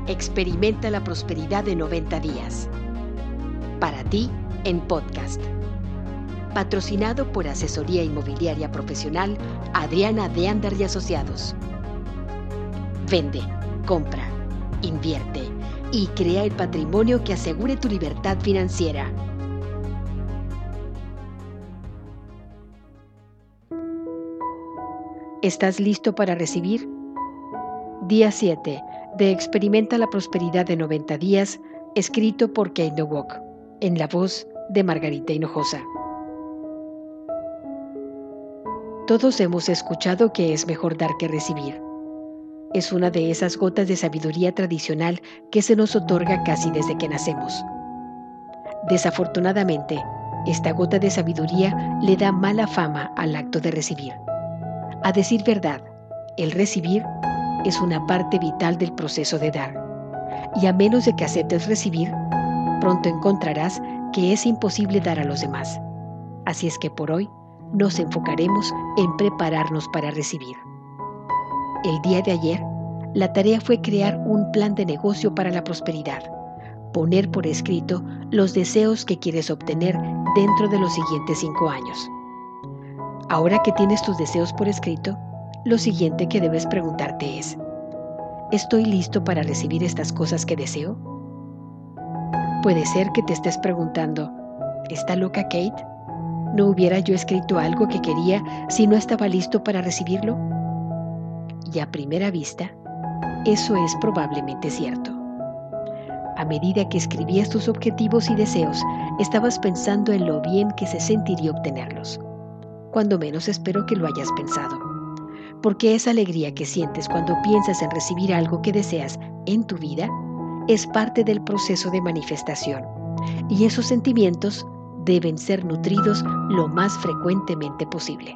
Experimenta la prosperidad de 90 días. Para ti, en podcast. Patrocinado por Asesoría Inmobiliaria Profesional Adriana de Andar y Asociados. Vende, compra, invierte y crea el patrimonio que asegure tu libertad financiera. ¿Estás listo para recibir? Día 7 de Experimenta la prosperidad de 90 días, escrito por Kate Nowak, en la voz de Margarita Hinojosa. Todos hemos escuchado que es mejor dar que recibir. Es una de esas gotas de sabiduría tradicional que se nos otorga casi desde que nacemos. Desafortunadamente, esta gota de sabiduría le da mala fama al acto de recibir. A decir verdad, el recibir es una parte vital del proceso de dar. Y a menos de que aceptes recibir, pronto encontrarás que es imposible dar a los demás. Así es que por hoy nos enfocaremos en prepararnos para recibir. El día de ayer, la tarea fue crear un plan de negocio para la prosperidad. Poner por escrito los deseos que quieres obtener dentro de los siguientes 5 años. Ahora que tienes tus deseos por escrito, lo siguiente que debes preguntarte es: ¿estoy listo para recibir estas cosas que deseo? Puede ser que te estés preguntando: ¿está loca Kate? ¿No hubiera yo escrito algo que quería si no estaba listo para recibirlo? Y a primera vista, eso es probablemente cierto. A medida que escribías tus objetivos y deseos, estabas pensando en lo bien que se sentiría obtenerlos. Cuando menos espero que lo hayas pensado. Porque esa alegría que sientes cuando piensas en recibir algo que deseas en tu vida es parte del proceso de manifestación, y esos sentimientos deben ser nutridos lo más frecuentemente posible.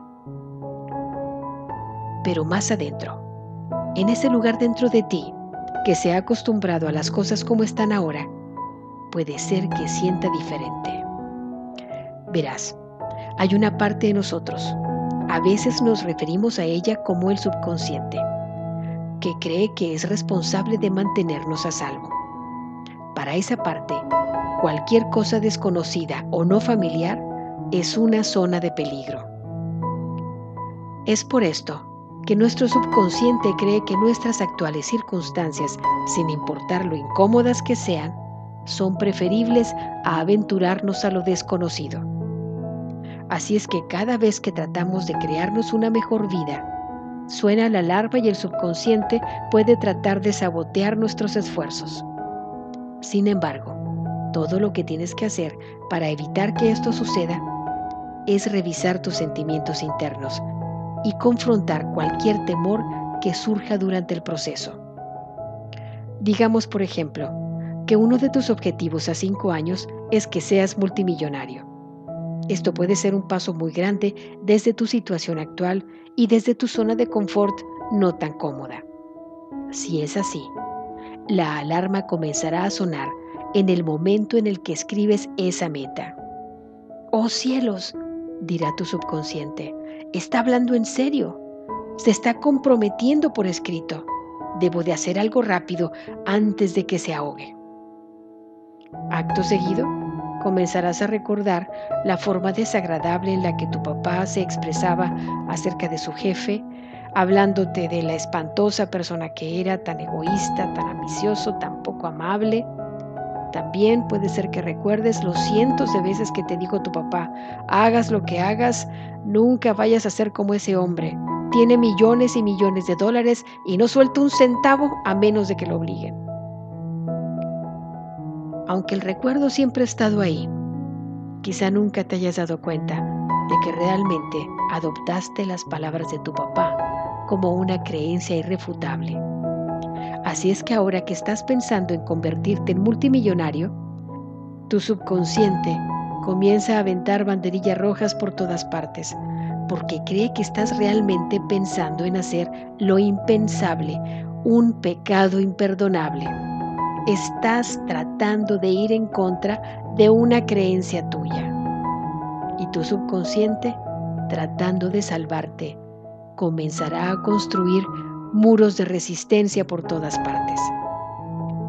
Pero más adentro, en ese lugar dentro de ti que se ha acostumbrado a las cosas como están ahora, puede ser que sienta diferente. Verás, hay una parte de nosotros, a veces nos referimos a ella como el subconsciente, que cree que es responsable de mantenernos a salvo. Para esa parte, cualquier cosa desconocida o no familiar es una zona de peligro. Es por esto que nuestro subconsciente cree que nuestras actuales circunstancias, sin importar lo incómodas que sean, son preferibles a aventurarnos a lo desconocido. Así es que cada vez que tratamos de crearnos una mejor vida, suena la alarma y el subconsciente puede tratar de sabotear nuestros esfuerzos. Sin embargo, todo lo que tienes que hacer para evitar que esto suceda es revisar tus sentimientos internos y confrontar cualquier temor que surja durante el proceso. Digamos, por ejemplo, que uno de tus objetivos a 5 años es que seas multimillonario. Esto puede ser un paso muy grande desde tu situación actual y desde tu zona de confort no tan cómoda. Si es así, la alarma comenzará a sonar en el momento en el que escribes esa meta. ¡Oh cielos!, dirá tu subconsciente. Está hablando en serio. Se está comprometiendo por escrito. Debo de hacer algo rápido antes de que se ahogue. Acto seguido, comenzarás a recordar la forma desagradable en la que tu papá se expresaba acerca de su jefe, hablándote de la espantosa persona que era, tan egoísta, tan ambicioso, tan poco amable. También puede ser que recuerdes los cientos de veces que te dijo tu papá: hagas lo que hagas, nunca vayas a ser como ese hombre. Tiene millones y millones de dólares y no suelta un centavo a menos de que lo obliguen. Aunque el recuerdo siempre ha estado ahí, quizá nunca te hayas dado cuenta de que realmente adoptaste las palabras de tu papá como una creencia irrefutable. Así es que ahora que estás pensando en convertirte en multimillonario, tu subconsciente comienza a aventar banderillas rojas por todas partes, porque cree que estás realmente pensando en hacer lo impensable, un pecado imperdonable. Estás tratando de ir en contra de una creencia tuya. Y tu subconsciente, tratando de salvarte, comenzará a construir muros de resistencia por todas partes.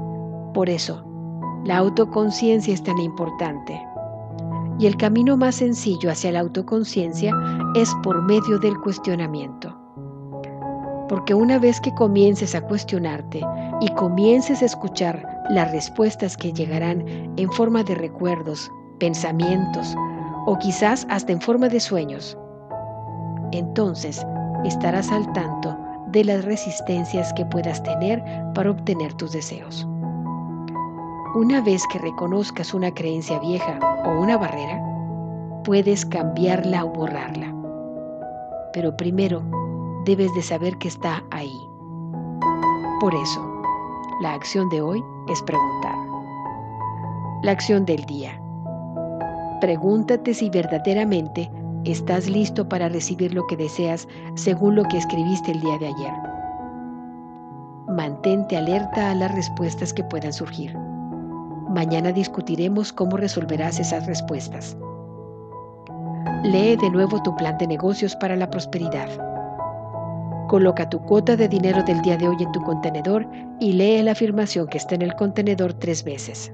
Por eso, la autoconciencia es tan importante. Y el camino más sencillo hacia la autoconciencia es por medio del cuestionamiento. Porque una vez que comiences a cuestionarte y comiences a escuchar las respuestas que llegarán en forma de recuerdos, pensamientos o quizás hasta en forma de sueños, entonces estarás al tanto de las resistencias que puedas tener para obtener tus deseos. Una vez que reconozcas una creencia vieja o una barrera, puedes cambiarla o borrarla. Pero primero debes de saber que está ahí. Por eso, la acción de hoy es preguntar. La acción del día. Pregúntate si verdaderamente estás listo para recibir lo que deseas según lo que escribiste el día de ayer. Mantente alerta a las respuestas que puedan surgir. Mañana discutiremos cómo resolverás esas respuestas. Lee de nuevo tu plan de negocios para la prosperidad. Coloca tu cuota de dinero del día de hoy en tu contenedor y lee la afirmación que está en el contenedor 3 veces.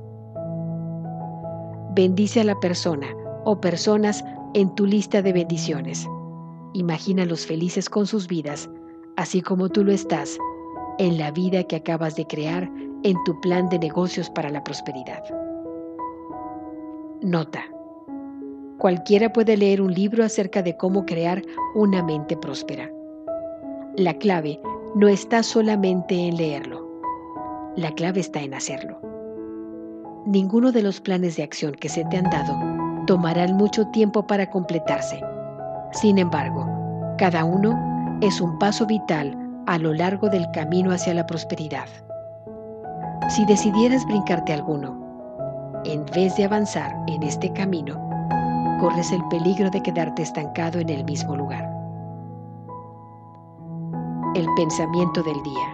Bendice a la persona o personas en tu lista de bendiciones. Imagínalos felices con sus vidas, así como tú lo estás en la vida que acabas de crear en tu plan de negocios para la prosperidad. Nota: cualquiera puede leer un libro acerca de cómo crear una mente próspera. La clave no está solamente en leerlo. La clave está en hacerlo. Ninguno de los planes de acción que se te han dado tomarán mucho tiempo para completarse. Sin embargo, cada uno es un paso vital a lo largo del camino hacia la prosperidad. Si decidieras brincarte alguno, en vez de avanzar en este camino, corres el peligro de quedarte estancado en el mismo lugar. El pensamiento del día.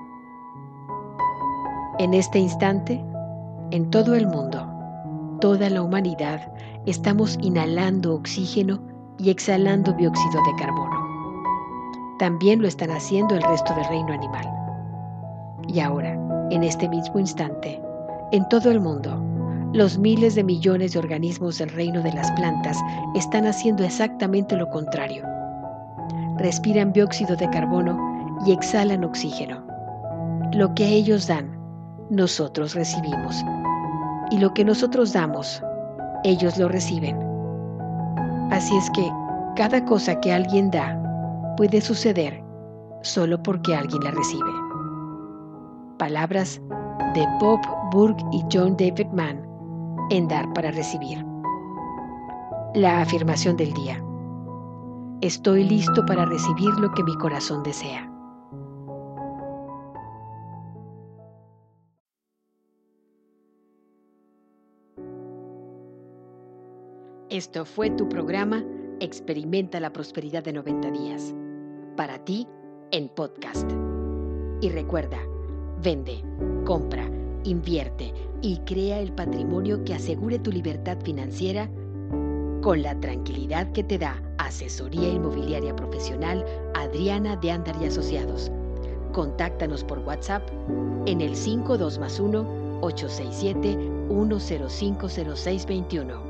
En este instante, en todo el mundo, toda la humanidad, estamos inhalando oxígeno y exhalando dióxido de carbono. También lo están haciendo el resto del reino animal. Y ahora, en este mismo instante, en todo el mundo, los miles de millones de organismos del reino de las plantas están haciendo exactamente lo contrario. Respiran dióxido de carbono y exhalan oxígeno. Lo que ellos dan, nosotros recibimos. Y lo que nosotros damos, ellos lo reciben. Así es que cada cosa que alguien da puede suceder solo porque alguien la recibe. Palabras de Bob Burg y John David Mann en Dar para Recibir. La afirmación del día. Estoy listo para recibir lo que mi corazón desea. Esto fue tu programa Experimenta la Prosperidad de 90 días. Para ti, en podcast. Y recuerda, vende, compra, invierte y crea el patrimonio que asegure tu libertad financiera con la tranquilidad que te da Asesoría Inmobiliaria Profesional Adriana de Andar y Asociados. Contáctanos por WhatsApp en el 52+1 867 1050621.